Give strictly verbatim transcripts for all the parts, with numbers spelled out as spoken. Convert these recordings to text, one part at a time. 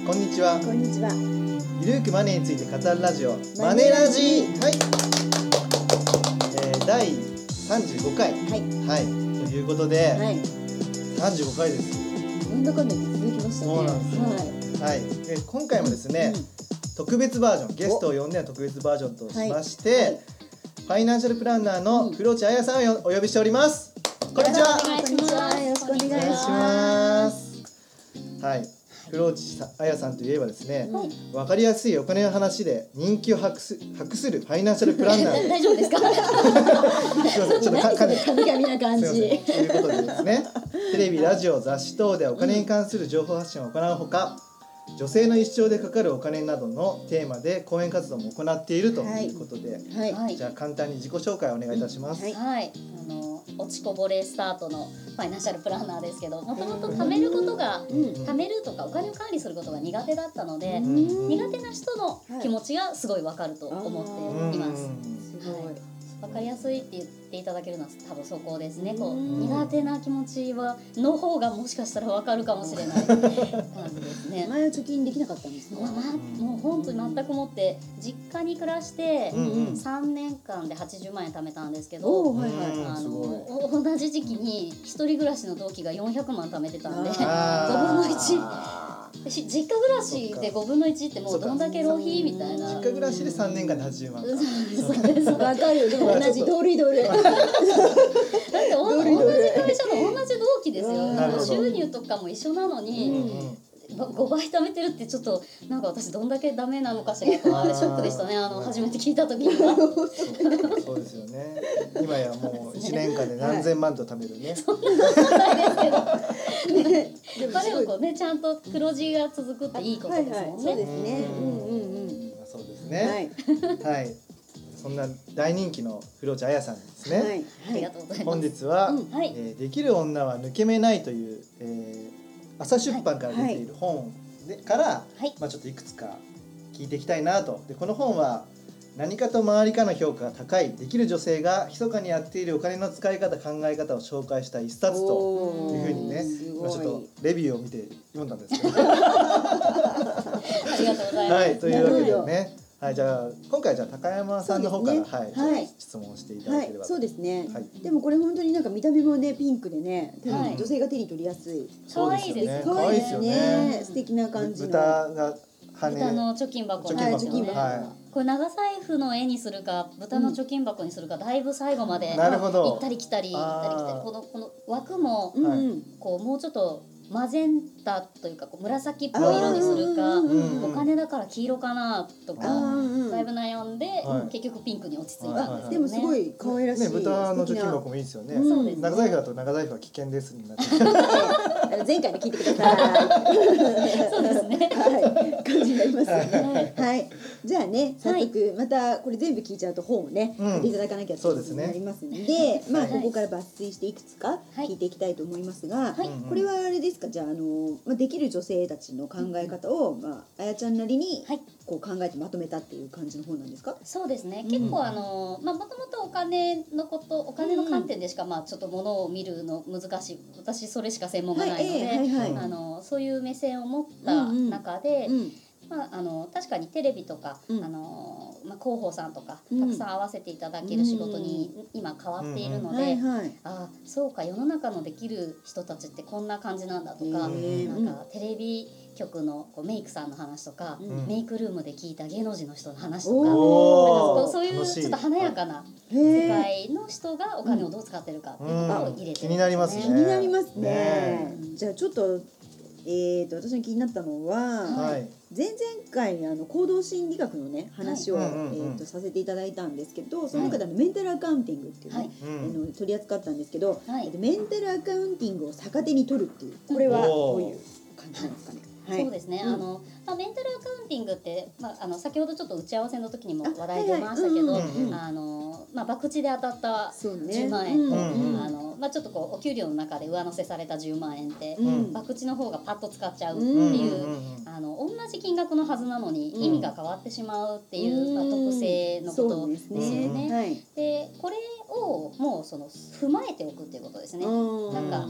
こんにちは。 こんにちは。 ゆるーくマネーについて語るラジオマネラジ。はい、えー、だいさんじゅうごかい、 はい、 はい、ということで、 はい、 さんじゅうごかいです。 なんだかんだ続きましたね。 そうなんですよ。はい、はい、で今回もですね、うん、特別バージョン、ゲストを呼んでの特別バージョンとしまして、はいはい、ファイナンシャルプランナーの黒地彩さんをお呼びしております。こんにちは。 こんにちは。よろしくお願いします。はい。黒地彩さんといえばですね、はい、分かりやすいお金の話で人気を博す、博するファイナンシャルプランナー大丈夫ですか？すいません、ちょっとかか神々な感じ。ということでですね、テレビ、ラジオ、雑誌等でお金に関する情報発信を行うほか、女性の一生でかかるお金などのテーマで講演活動も行っているということで、はいはい、じゃあ簡単に自己紹介をお願いいたします。 はい、はい、あの落ちこぼれスタートのファイナンシャルプランナーですけど、もともと貯めることが、うん、貯めるとかお金を管理することが苦手だったので、うん、苦手な人の気持ちがすごいわかると思っています。すごいわかりやすいって言っていただけるのは多分そこですね。こう苦手な気持ちはの方がもしかしたらわかるかもしれない感じですね。 前は貯金できなかったんですか？ まあ、もう本当に全くもって実家に暮らしてさんねんかんではちじゅうまんえん貯めたんですけど、はいはい、あの同じ時期に一人暮らしの同期がよんひゃくまん貯めてたんでごぶんのいち。実家暮らしでごぶんのいちってもうどんだけ浪費みたいな。 実家暮らしでさんねんかんではちじゅうまんか。 そうですわかるよ。でも同じドルドルだって同じ会社の同じ同期ですよ。収入とかも一緒なのにごばい貯めてるってちょっとなんか私どんだけダメなのかしらとあれショックでしたね。あの初めて聞いた時には。 そうですよね。今やもういちねんかんで何千万と貯めるね。 そんなことないですけど。ね、でもこうねちゃんと黒字が続くっていいことですもんね。 そうですね。うんうんうん。 そうですね。はい。そんな大人気の黒地彩さんですね。はい。 ありがとうございます。 本日は、うんはいえー、できる女は抜け目ないという、えー、朝出版から出ている本で、はい、から、はいまあ、ちょっといくつか聞いていきたいなと。でこの本は何かと周りかの評価が高いできる女性が密かにやっているお金の使い方考え方を紹介した一冊というふうにね今ちょっとレビューを見て読んだんですけどありがとうございます。 はい、というわけでねはい、じゃあ今回じゃあ高山さんの方から、ねはいはい、質問していただければ、はい、 そうですね、はい、でもこれ本当になんか見た目もねピンクでね、はい、女性が手に取りやすい可愛いですね。 可愛いですよね。素敵な感じの豚が羽豚の貯金箱のですよね。これ長財布の絵にするか豚の貯金箱にするかだいぶ最後まで行ったり来たり行ったり来たりこのこの枠もこうもうちょっとマゼンタというかこう紫っぽい色にするかお金だから黄色かなとかだいぶ悩んで、はい、結局ピンクに落ち着いたんですけどね。 でもすごい可愛らしい、ね、 豚の貯金箱もいいですよね。 そうですね。 長財布だと長財布は危険ですになっちゃう前回の聞いてくださいそうですね、 はい、感じになりますね、はい、じゃあね早速またこれ全部聞いちゃうと本をね買っていただかなきゃということになりますので、ね、まあここから抜粋していくつか聞いていきたいと思いますが、はい、これはあれですじゃあ、あのまあ、できる女性たちの考え方を、まあ、あやちゃんなりにこう考えてまとめたっていう感じの本なんですか？ そうですね、結構あの、まあ、もともとお金のことお金の観点でしか、まあ、ちょっとものを見るの難しい私それしか専門がないので、はいえーはいはい、あのそういう目線を持った中で、うんうんまあ、あの確かにテレビとか、うんあのまあ、広報さんとかたくさん合わせていただける仕事に今変わっているので、あそうか世の中のできる人たちってこんな感じなんだとか、なんかテレビ局のこうメイクさんの話とか、うん、メイクルームで聞いた芸能人の人の話とか、なんかそう、そういうちょっと華やかな世界の人がお金をどう使ってるかっていうのを入れてるんですね。 気になりますね。 気になりますね。じゃあちょっとえー、と私の気になったのは、はい、前々回にあの行動心理学のね話を、はいえー、とさせていただいたんですけど、その中であのメンタルアカウンティングっていうね、はい、あの取り扱ったんですけど、はい、メンタルアカウンティングを逆手に取るっていうこれはどういう感じなんですかね？ はい、そうですね、うん、あのまあ、メンタルアカウンティングって、まあ、あの先ほどちょっと打ち合わせの時にも話題出ましたけど博打で当たったじゅうまんえんと、ねうんあのまあ、ちょっとこうお給料の中で上乗せされたじゅうまんえんって、うん、博打の方がパッと使っちゃうっていう、うん、あの同じ金額のはずなのに意味が変わってしまうっていう、うんまあ、特性のことですよね。で、はい、でこれをもうその踏まえておくっていうことですね。なんかあ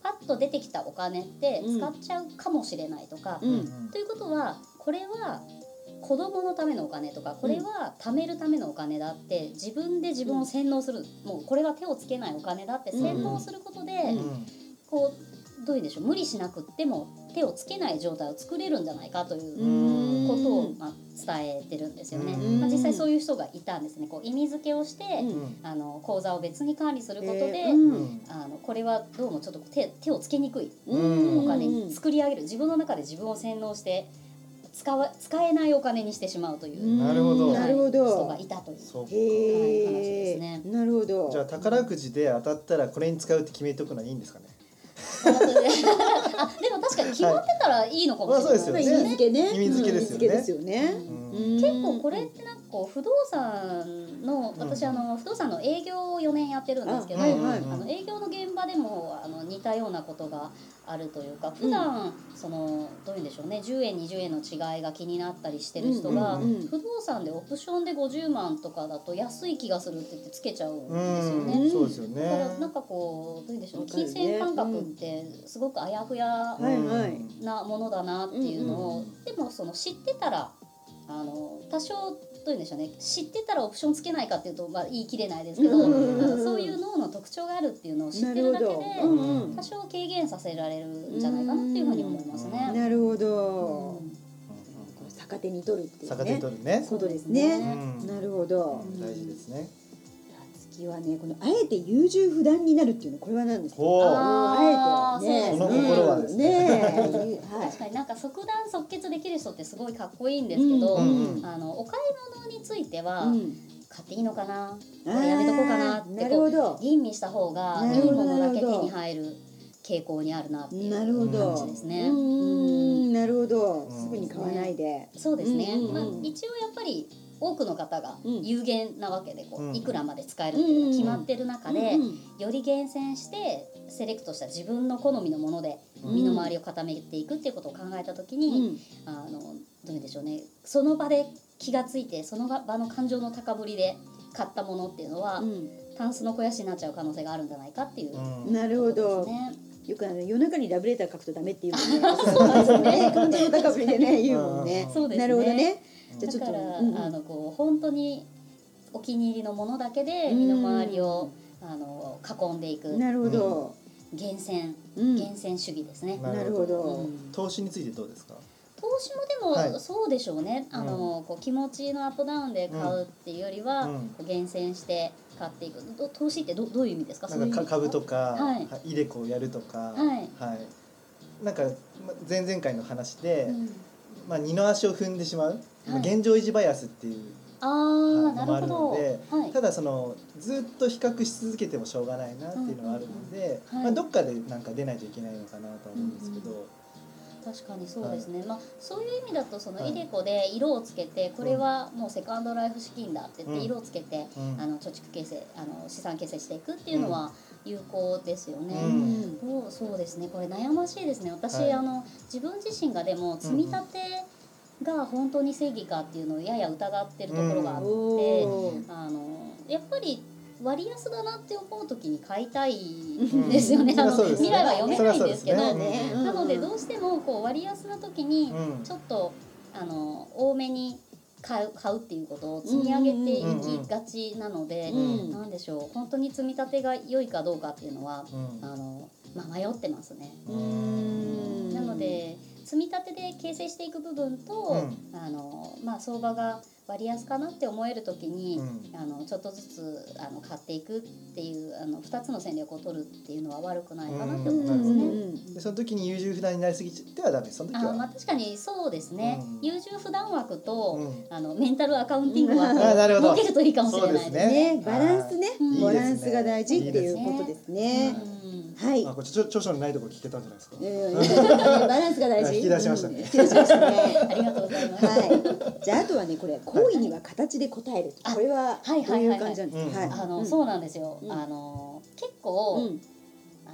パッと出てきたお金って使っちゃうかもしれないとか、 うん、 ということはこれは子供のためのお金とか、これは貯めるためのお金だって、自分で自分を洗脳する、もうこれは手をつけないお金だって洗脳することで、こうどういうんでしょう、無理しなくっても手をつけない状態を作れるんじゃないかということを、まあ、伝えてるんですよね。まあ、実際そういう人がいたんですね。こう意味付けをして、あの口座を別に管理することで、あのこれはどうもちょっと 手, 手をつけにくいお金に作り上げる、自分の中で自分を洗脳して使, わ使えないお金にしてしまうという、 なるほど、 なるほど、 人がいたというそうか、 はい、話ですね。 なるほど。 じゃあ宝くじで当たったらこれに使うって決めておくのはいいんですかね。 あでも確かに決まってたらいいのかもしれないですね。 意味付けね。 意味付けですよね。 結構これってなんかこう不動産の、私あの不動産の営業をよねんやってるんですけど、あの営業の現場でもあの似たようなことがあるというか、普段そのどういうんでしょうね、じゅうえんにじゅうえんの違いが気になったりしてる人が、不動産でオプションでごじゅうまんとかだと安い気がするって言ってつけちゃうんですよね。 そうですよね。 だからなんかこうどういうんでしょう、金銭感覚ってすごくあやふやなものだなっていうのを、でもその知ってたらあの多少どういうんでしょうね、知ってたらオプションつけないかっていうと、まあ、言い切れないですけど、そういう脳の特徴があるっていうのを知ってるだけで多少軽減させられるんじゃないかなっていうふうに思いますね。 なるほど、逆手に取るっていうね、 逆手に取るね、 ことですね。なるほど、 大事ですね。 月はね、このあえて優柔不断になるっていうの、これは何ですか。あえてね、 その心はですね、 確かになんか即断即決できる人ってすごいかっこいいんですけど、あのお買い物については買っていいのかな、これやめとこうかなってこう吟味した方がいいものだけ手に入る傾向にあるなっていう感じですね。 なるほど、すぐに買わないで。 そうですね。まあ一応やっぱり多くの方が有限なわけで、こういくらまで使えるっていうのが決まってる中で、より厳選してセレクトした自分の好みのもので身の回りを固めていくっていうことを考えた時に、あのどういうんでしょうね、その場で気がついてその場の感情の高ぶりで買ったものっていうのは、タンスの肥やしになっちゃう可能性があるんじゃないかっていう、 うん、なるほど。よくあの夜中にラブレター書くとダメっていうもんね。そうですね。 感情の高ぶりでね言うもんね。 そうですね。 なるほどね。 じゃあちょっとだから、うん、あのこう本当にお気に入りのものだけで身の回りを、うん、あの囲んでいく。 なるほど。 厳選、厳選主義ですね。 なるほど。 投資についてどうですか。 投資もでもそうでしょうね。あのこう気持ちのアップダウンで買うっていうよりは、厳選して買っていく。投資ってどどういう意味ですか。 なんか株とか、イデコをやるとか、はい。なんか前々回の話で、まあ二の足を踏んでしまう、現状維持バイアスっていうのもあるので、ただそのずっと比較し続けてもしょうがないなっていうのがあるので、まあどっかでなんか出ないといけないのかなと思うんですけど。 確かにそうですね、はい、まあ、そういう意味だとそのイデコで色をつけて、これはもうセカンドライフ資金だって言って色をつけて、うん、あの貯蓄形成あの資産形成していくっていうのは有効ですよね、うん、そうですね、これ悩ましいですね。私、はい、あの自分自身がでも積み立てが本当に正義かっていうのをやや疑ってるところがあって、うん、あのやっぱり割安だなって思う時に買いたいんですよね。あの未来は読めないんですけど、ね、なのでどうしてもこう割安な時にちょっと、あの多めに買う買うっていうことを積み上げていきがちなので、なんでしょう、本当に積み立てが良いかどうかっていうのは、あのまあ、迷ってますね。なので積み立てで形成していく部分と、あのまあ、相場が割安かなって思える時に、うん、あのちょっとずつあの買っていくっていうあのふたつの戦略を取るっていうのは悪くないかなって思いますね。 でその時に優柔不断になりすぎてはダメ。その時はあ、まあ、確かにそうですね、うん、優柔不断枠と、うん、あのメンタルアカウンティング枠を設けるといいかもしれないですね。 ね、バランスね、バランスが大事っていうことですね。はい。 あ、これちょ著書にないところ聞けたんじゃないですか。 バランスが大事。 引き出しましたね。 引き出しましたね。 ありがとうございます。 はい。じゃああとはね、これ行為には形で答える。これはどういう感じなんですか。 あのそうなんですよ。あの結構あ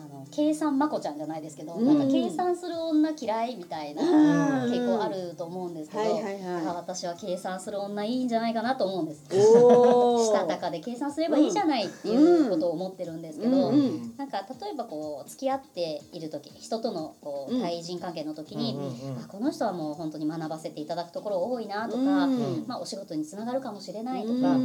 の計算まこちゃんじゃないですけど、 うん、 なんか計算する女嫌いみたいな結構あると思うんですけど、はいはいはい、私は計算する女いいんじゃないかなと思うんです。したたかで計算すればいいじゃないっていうことを思ってるんですけど、うんうん、なんか例えばこう付き合っている時、人とのこう対人関係の時に、うん、あこの人はもう本当に学ばせていただくところ多いなとか、うん、まあ、お仕事につながるかもしれないとか、うん、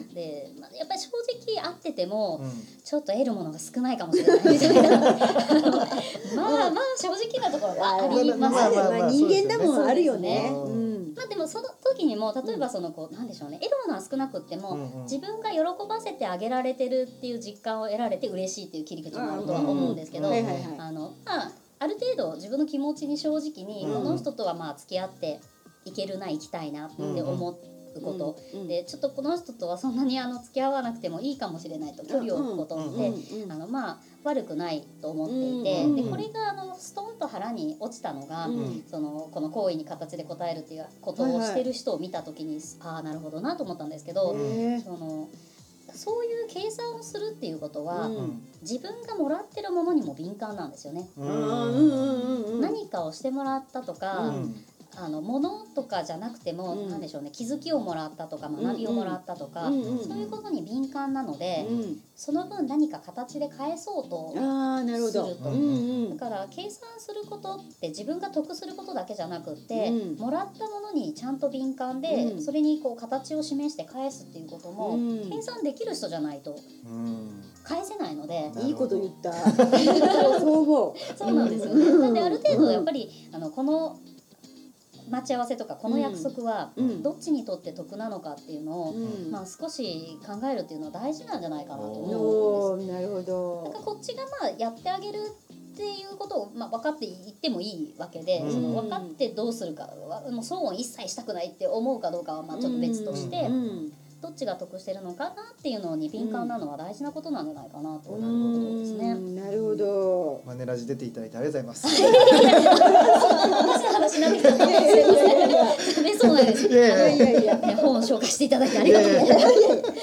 で、まあ、やっぱり正直会ってても、うん、ちょっと得るものが少ないかもしれないみたいなまあまあ正直なところはあります。 まあまあまあ人間だもんあるよね。 まあでもその時にも例えばそのこうなんでしょうね、得るものは少なくっても、うんうん、自分が喜ばせてあげられてるっていう実感を得られて嬉しいっていう切り口もあるとは思うんですけど、あのまあある程度自分の気持ちに正直に、うん、この人とはまあ付き合っていけるな、行きたいなって思ってうこと、うんうん、でちょっとこの人とはそんなにあの付き合わなくてもいいかもしれないと距離を置くことって、うんうん、あのまあ悪くないと思っていて、うんうん、でこれがあのストンと腹に落ちたのが、うん、そのこの行為に形で答えるっていうことをしてる人を見た時に、はいはい、ああなるほどなと思ったんですけど、そのそういう計算をするっていうことは、うん、自分がもらってるものにも敏感なんですよね。何かをしてもらったとか、うんあの物とかじゃなくても、うん、なんでしょうね、気づきをもらったとか学びをもらったとか、うんうん、そういうことに敏感なので、うん、その分何か形で返そうとすると。あ、なるほど。だから計算することって自分が得することだけじゃなくって、うん、もらったものにちゃんと敏感で、うん、それにこう形を示して返すっていうことも、うん、計算できる人じゃないと返せないので、 いいこと言ったそう思う。 そうなんですよね。なんである程度やっぱりあのこの待ち合わせとかこの約束はどっちにとって得なのかっていうのを、うんまあ、少し考えるっていうのは大事なんじゃないかなと思うんです。 なるほど。 なんかこっちがまあやってあげるっていうことを、まあ、分かって言ってもいいわけで、うん、その分かってどうするかはもう騒音一切したくないって思うかどうかはまあちょっと別として、うんうんどっちが得してるのかなっていうのに敏感なのは大事なことなんじゃないかなと思うことですね。 なるほど。 マネラジ出ていただいてありがとうございます。 私の話なんですけど、ね、そうなんです。いやいやいや、ね、本を紹介していただいてありがとうございます。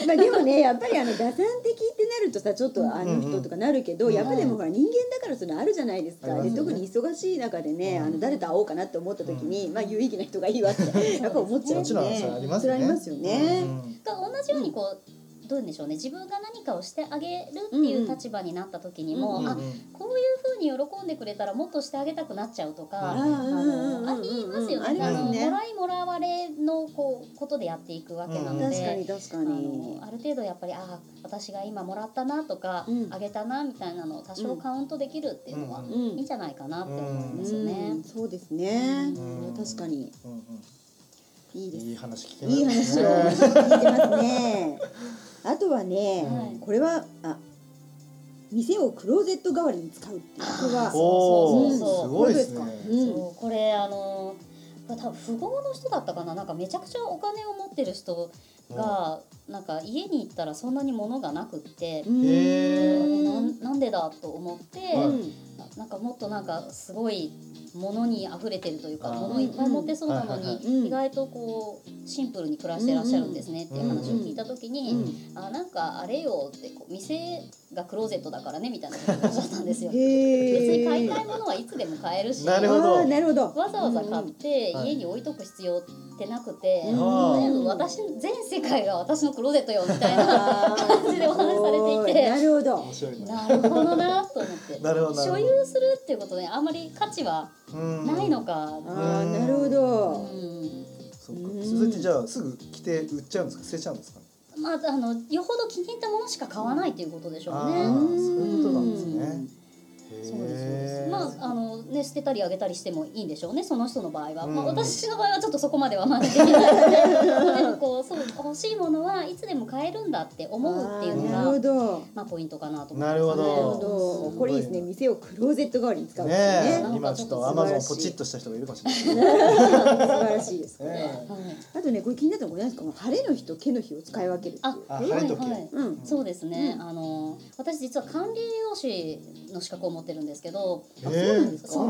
まあでもね、やっぱりあの打算的ってなるとさ、ちょっとあの人とかなるけど、うんうん、やっぱりでもほら人間だからそれあるじゃないですか。うん、で特に忙しい中でね、あの誰と会おうかなって思った時に、うん、まあ有意義な人がいいわってやっぱ思っちゃうね。もちろんそれありますよね。それありますよね。 同じようにこう、どういうんでしょうね、自分が何かをしてあげるっていう立場になった時にも、うんうん、あこういう風に喜んでくれたらもっとしてあげたくなっちゃうとか、あのありますよね。あのもらいもらわれのこうことでやっていくわけなので、 確かに確かにあのある程度やっぱりあ私が今もらったなとか、うん、あげたなみたいなのを多少カウントできるっていうのは、うん、いいんじゃないかなって思うんですよね。 うん、そうですね。うん、確かに。 うんうんいいです。 いい話聞きますね。 いい話を聞いてますね。あとはね、はい、これはあ店をクローゼット代わりに使うっていうこれはそうそうそう、すごいですね。 そうこれあの多分富豪の人だったかな、なんかめちゃくちゃお金を持ってる人がなんか家に行ったらそんなに物がなくって、へな, なんでだと思って、うん、なんかもっとなんかすごい物に溢れてるというか物いっぱい持ってそうなのに意外とこうシンプルに暮らしてらっしゃるんですねっていう話を聞いた時に、あなんかあれよってこう店がクローゼットだからねみたいなことをおっしゃったんですよ。別に買いたいものはいつでも買えるし、 なるほどなるほどわざわざ買って家に置いとく必要ってなくて、全部私全世界が私のクローゼットよみたいな感じでお話しされていて、 なるほどなるほどなと思って所有するっていうことであんまり価値はないのか。 あなるほど。 そっか。それってじゃあすぐ着て売っちゃうんですか、捨てちゃうんですかね。 まああのよほど気に入ったものしか買わないということでしょうね。 そういうことなんですね。 そうですそうです。まああのね捨てたりあげたりしてもいいんでしょうね、その人の場合は。まあ私の場合はちょっとそこまではまだできないので、でもこうそう欲しいものはいつでも買えるんだって思うっていうのが、なるほど、まあポイントかなと思います。 なるほど。 なるほど。これいいですね。店をクローゼット代わりに使うんですね。 今ちょっとアマゾンポチッとした人がいるかもしれない。素晴らしいです。あとねこれ気になったのこれなんですか。晴れの日と毛の日を使い分ける。 あ、晴れと毛。そうですね。あの私実は管理栄養士の資格を持ってるんですけど、 そうなんですか。 そう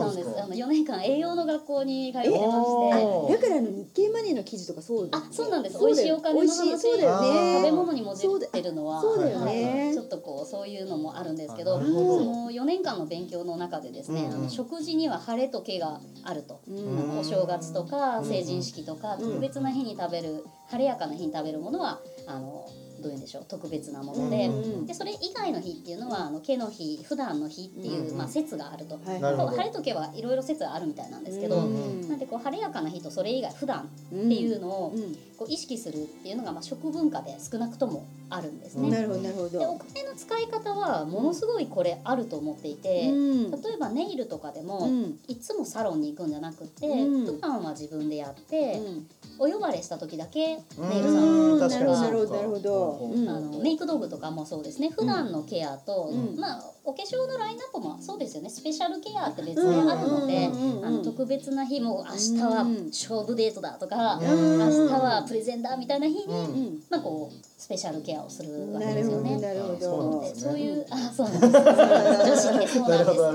なんです。あのよねんかん栄養の学校に通ってまして、だからあの日経マネーの記事とかそうあ、そうなんです。美味しいお金の話、 そうだよね。 食べ物にも出てるのは、 そうだよね。 ちょっとこうそういうのもあるんですけど、そのよねんかんの勉強の中でですね、あの食事には晴れと気があると、お正月とか成人式とか特別な日に食べる晴れやかな日に食べるものはあのどういうんでしょう、特別なもので、でそれ以外の日っていうのはあの毛の日、普段の日っていう、まあ、説があると、こう晴れと毛はいろいろ説があるみたいなんですけど、なんでこう晴れやかな日とそれ以外普段っていうのをこう意識するっていうのが、まあ、食文化で少なくともあるんですね。 なるほどなるほど。 でお金の使い方はものすごいこれあると思っていて、例えばネイルとかでも、いつもサロンに行くんじゃなくて、普段は自分でやって、お呼ばれした時だけネイルサロンに行くとか、 なるほどなるほど。 あのメイク道具とかもそうですね、普段のケアと、うん、まあお化粧のラインナップもそうですよね、スペシャルケアって別であるので、あの特別な日も明日は勝負デートだとか、明日はプレゼンだみたいな日に、まあこうスペシャルケアをするわけですよね。 なるほど。 そういう、あ、そうなんです。女子ってそうなんです。そう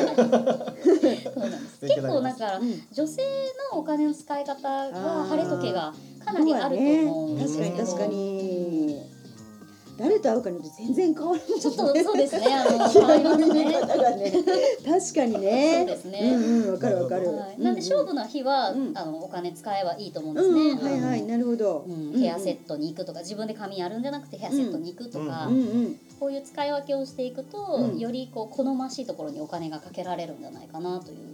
なんです。結構だから女性のお金の使い方は晴れとけがかなりあると思うんですけど、 確かに確かに。誰と会うかによって全然変わるもんね。 ちょっとそうですね。あの変わりますね。 確かにね。 そうですね。 うんうん、わかるわかる。 なんで勝負の日はあのお金使えばいいと思うんですね。 はいはい、なるほど。 ヘアセットに行くとか、自分で髪やるんじゃなくてヘアセットに行くとか、こういう使い分けをしていくと、よりこう好ましいところにお金がかけられるんじゃないかなという。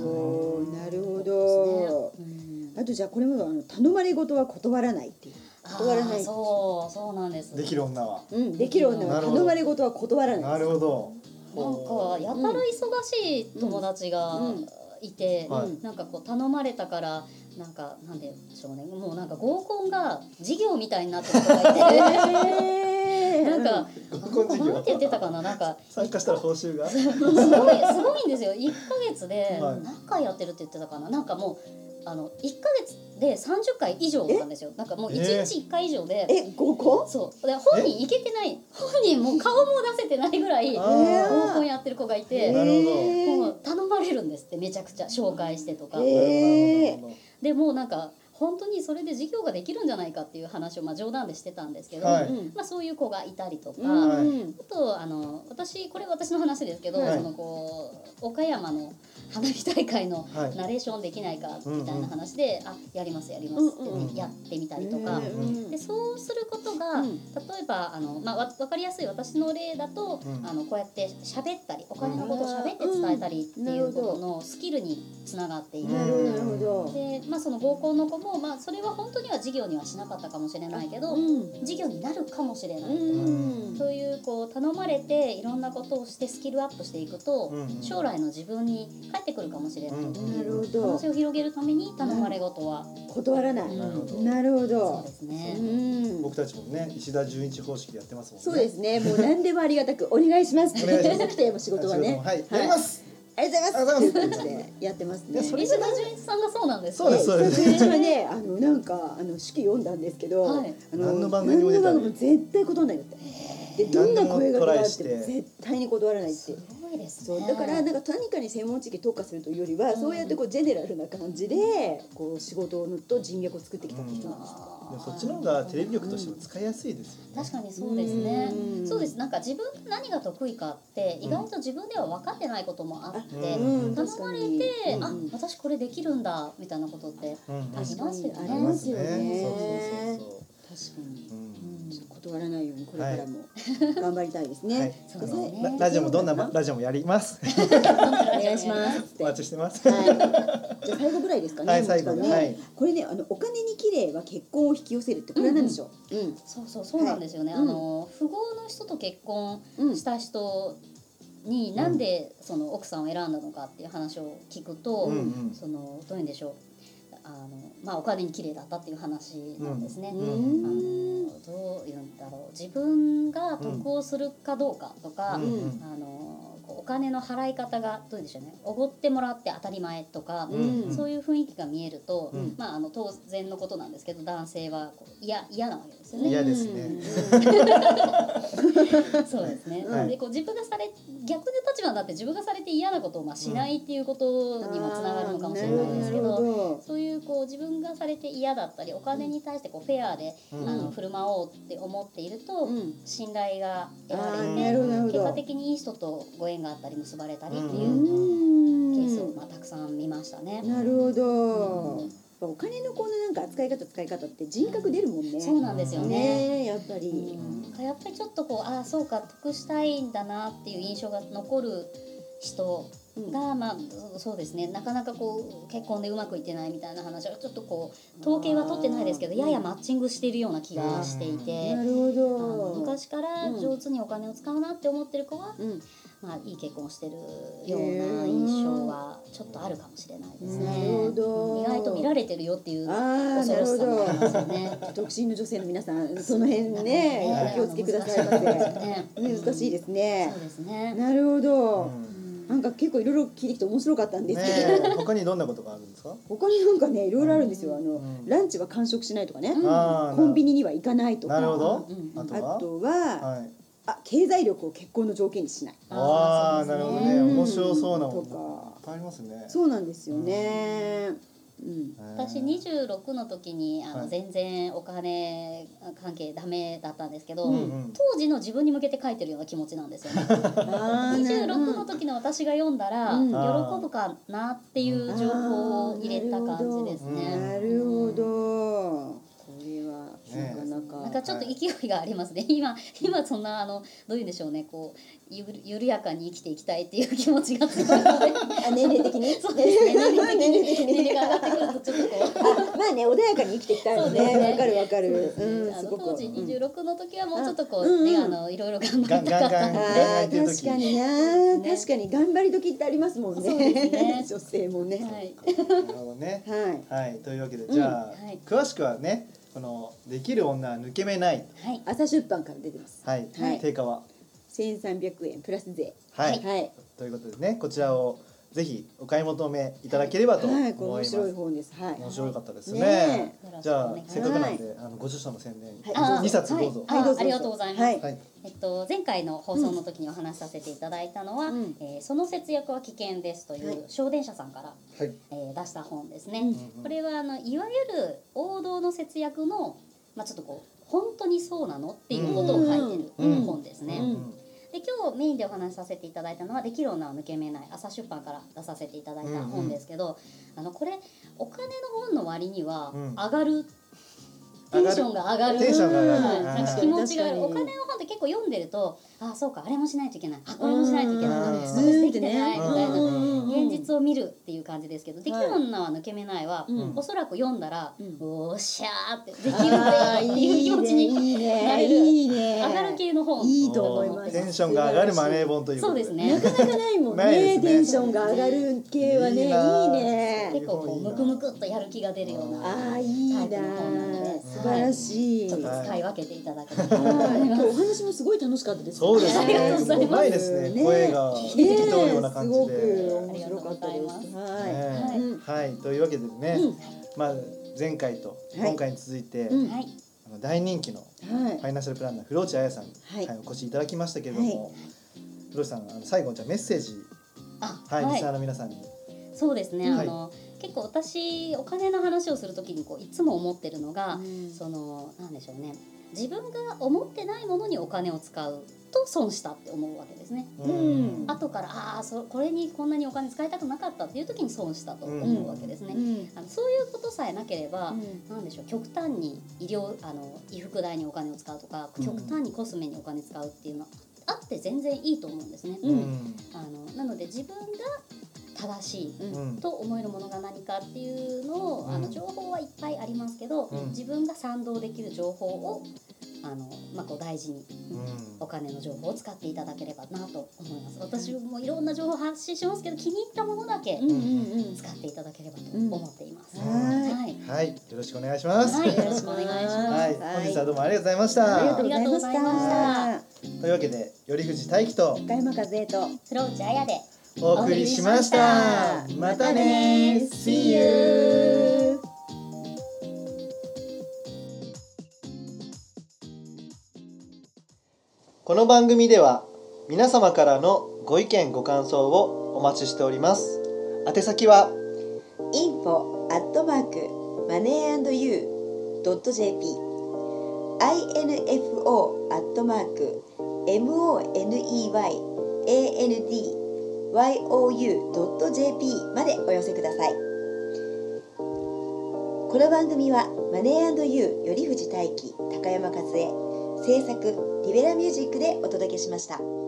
おお、なるほど。あとじゃあこれもあの頼まれ事は断らないっていう。断らない。 そうそうなんです。 できる女は。 うん、できる女は頼まれ事は断らない。 なるほど。 なんかやたら忙しい友達がいて、なんかこう頼まれたからなんかなんでしょうね、もうなんか合コンが事業みたいになってる人がいて。なんかなんて言ってたかな、なんか参加したら報酬がすごいすごいんですよ。いっかげつで何回やってるって言ってたかな、なんかもうあのいっかげつでさんじゅっかい以上なんですよ。なんかもういちにちいっかい以上で、 え合コン？ そうで本人行けてない、本人もう顔も出せてないぐらい合コンやってる子がいて、もう頼まれるんですって、めちゃくちゃ紹介してとか。でもうなんか本当にそれで事業ができるんじゃないかっていう話をまあ冗談でしてたんですけど、はい、まあ、そういう子がいたりとか、はい、あとあの私これ私の話ですけど、はい、そのこう岡山の花火大会のナレーションできないかみたいな話で、はい、あやりますやりますって、ね、うんうん、やってみたりとか、でそうすることが、例えばあの、まあ、わ分かりやすい私の例だと、うん、あのこうやって喋ったりお金のことを喋って伝えたりっていうことのスキルにつながっている。 なるほど。 で、まあ、その合コンの子も、まあ、それは本当には事業にはしなかったかもしれないけど、うん、事業になるかもしれないとか、うん、そういうこう頼まれていろんなことをしてスキルアップしていくと、うん、将来の自分に返ってくるかもしれないっていう話を広げるために頼まれ事は断らない。うん、なるほど。 そうですね。 うん、僕たちもね石田純一方式やってますもんね。 そうですね。もう何でもありがたくお願いします。お願いします。仕事はね。 はい、やります。 ありがとうございます。ってやってますね。 石田純一さんがそうなんですか。 そうですそうです。 私はね、あのなんかあの式読んだんですけど、はい、あの何の番組も出たの。 絶対断らないって。でどんな声がけがあっても絶対に断らないって。すごいですね。そうだからなんか何かに専門知識特化するというよりは、うん、そうやってこうジェネラルな感じでこう仕事のと人脈を作ってきたって人なんですか。 うん、そっちの方がテレビ局としても使いやすいですよね。 確かにそうですね。そうです。なんか自分が何が得意かって意外と自分では分かってないこともあって、頼まれて、あ、私これできるんだみたいなことってありますよね。 ありますよね。 そうそうそうそう。 確かに。断らないようにこれからも頑張りたいですね。 ラジオもどんなラジオもやります。 お願いします。 お待ちしてます。 はい。じゃあ最後ぐらいですかね。 はい最後ね。 これねあのお金に綺麗は結婚を引き寄せるってこれなんでしょう。 うん。そうそうそうなんですよね。あの富豪の人と結婚した人になんでその奥さんを選んだのかっていう話を聞くと、そのどういうんでしょう。あのまあお金に綺麗だったっていう話なんですね。あのどういうんだろう、自分が得をするかどうかとか、あのお金の払い方がどうでしょうね、おごってもらって当たり前とか、 うん、 そういう雰囲気が見えると、 うん、 まあ、あの当然のことなんですけど、男性はこう嫌嫌なわけですよね。 嫌ですね。 そうですね、 はい、 でこう自分がされ逆の立場になって自分がされて嫌なことをまあしないっていうことにもつながるのかもしれないですけど、うん、そういうこう自分がされて嫌だったりお金に対してこうフェアで、うん、あの振る舞おうって思っていると、うん、信頼が得られて、うん、結果的にいい人とご縁があったり結ばれたりっていうケースをまあたくさん見ましたね。 なるほど、うん、お金のこのなんか扱い方使い方って人格出るもんね。 そうなんですよね。 ねやっぱり、 うん、やっぱりちょっとこうああそうか得したいんだなっていう印象が残る人が、うん、まあそうですね、なかなかこう結婚でうまくいってないみたいな話はちょっとこう統計は取ってないですけど、ややマッチングしているような気がしていて、 なるほど、 昔から上手にお金を使うなって思ってる子は、うん、まあ、いい結婚してるような印象はちょっとあるかもしれないですね。 なるほど、 意外と見られてるよっていう恐ろしさもありますよね。 独身の女性の皆さんその辺ねお気をつけくださいませ。難しいですね。 そうですね。 なるほど、うん、なんか結構いろいろ聞いてきて面白かったんですけど、 ね、他にどんなことがあるんですか？ 他になんかねいろいろあるんですよ。あの、うん、ランチは完食しないとかね、うん、コンビニには行かないとか、 なるほど、 あとは、あとは、はい、あ、経済力を結婚の条件にしない。 ああ、なるほどね。面白そうなものとかいっぱいありますね。 そうなんですよね。 うん、私にじゅうろくの時にあの、はい、全然お金関係ダメだったんですけど、うんうん、当時の自分に向けて書いてるような気持ちなんですよね。にじゅうろくの時の私が読んだら、うん、喜ぶかなっていう情報を入れた感じですね。 なるほど。なかなかなんかちょっと勢いがありますね。今今そんなあのどういうんでしょうね、こうゆる緩やかに生きていきたいっていう気持ちが強いので、 あ、年齢的にそうですね、年齢的に年齢が上がってくるとちょっとこうあ、まあね、穏やかに生きていきたいのね。わかるわかる。 うん、あの当時にじゅうろくの時はもうちょっとこうね、あのいろいろ頑張りたかったので、確かにな、確かに頑張り時ってありますもんね。女性もね。 なるほどね。はい、というわけでじゃあ詳しくはね、このできる女は抜け目ない、 はい、朝出版から出てます。 はい、はい、定価はせんさんびゃくえんプラス税。 はい、はい、ということでね、こちらをぜひお買い求めいただければと思います。はい、これ面白い本です。はい、 面白かったですね。じゃあせっかくなんで、あのご著書の宣伝にさつどうぞ。 はい、ありがとうございます。えっと前回の放送の時にお話しさせていただいたのは、えその節約は危険ですという小電車さんからえ出した本ですね。これはあのいわゆる王道の節約のまあちょっとこう本当にそうなのっていうことを書いてる本ですね。で今日メインでお話しさせていただいたのは「できる女は抜け目ない」朝出版から出させていただいた本ですけど、うんうん、あのこれお金の本の割には上がる、うん、テンションが上がる、 テンションが上がる、 はい、なんか気持ちが上がる。お金の本って結構読んでると、ああそうかあれもしないといけない、あこれもしないといけない、ずっとできてないみたいな現実を見るっていう感じですけど、できる女は抜け目ないは、うん、おそらく読んだら、うん、おっしゃーってできるんだよっていう気持ちになれる、いいね、上がる系の本、 いいと思います。 テンションが上がるマネー本ということで、 そうですね、 なかなかないもんね、テンションが上がる系はね、いいね、 結構こうムクムクっとやる気が出るようなタイプの本なので、 素晴らしい、 ちょっと使い分けていただければと思います。 今日お話もすごい楽しかったです。 そうですね、うまいですね、声が聞いてきたような感じで、 すごく面白かったです。 はい、というわけでね、まあ前回と今回に続いて大人気のファイナンシャルプランナー風呂内彩さんにお越しいただきましたけれども、風呂内さん、最後じゃあメッセージ、はいリスナーの皆さんに。 そうですね、あの結構私お金の話をするときにこういつも思ってるのが、そのなんでしょうね、自分が思ってないものにお金を使うと損したって思うわけですね。うん、後からああそこれにこんなにお金使いたくなかったっていう時に損したと思うわけですね。うん、あのそういうことさえなければ、うん、なんでしょう、極端に医療あの衣服代にお金を使うとか、極端にコスメにお金使うっていうのはあって全然いいと思うんですね。うん、あのなので自分が正しいと思えるものが何かっていうのを、うん、あの情報はいっぱいありますけど、うん、自分が賛同できる情報をあの、まあ、こう大事に、うん、お金の情報を使っていただければなと思います。私もいろんな情報を発信しますけど、気に入ったものだけ使っていただければと思っています。 はい、はい、よろしくお願いします。 はい、よろしくお願いします。 はい、本日はどうもありがとうございました。 ありがとうございました。 というわけで頼藤大樹と高山和恵と黒内彩でお送りしました。またね See you。この番組では皆様からのご意見ご感想をお待ちしております。宛先はインフォ アットマーク マネー アンド ユー ドット ジェーピー インフォ アットマーク モネー アンド ユー ドット ジェーピー までお寄せください。この番組はマネー アンド ユー 頼藤大樹、高山和恵、制作リベラミュージックでお届けしました。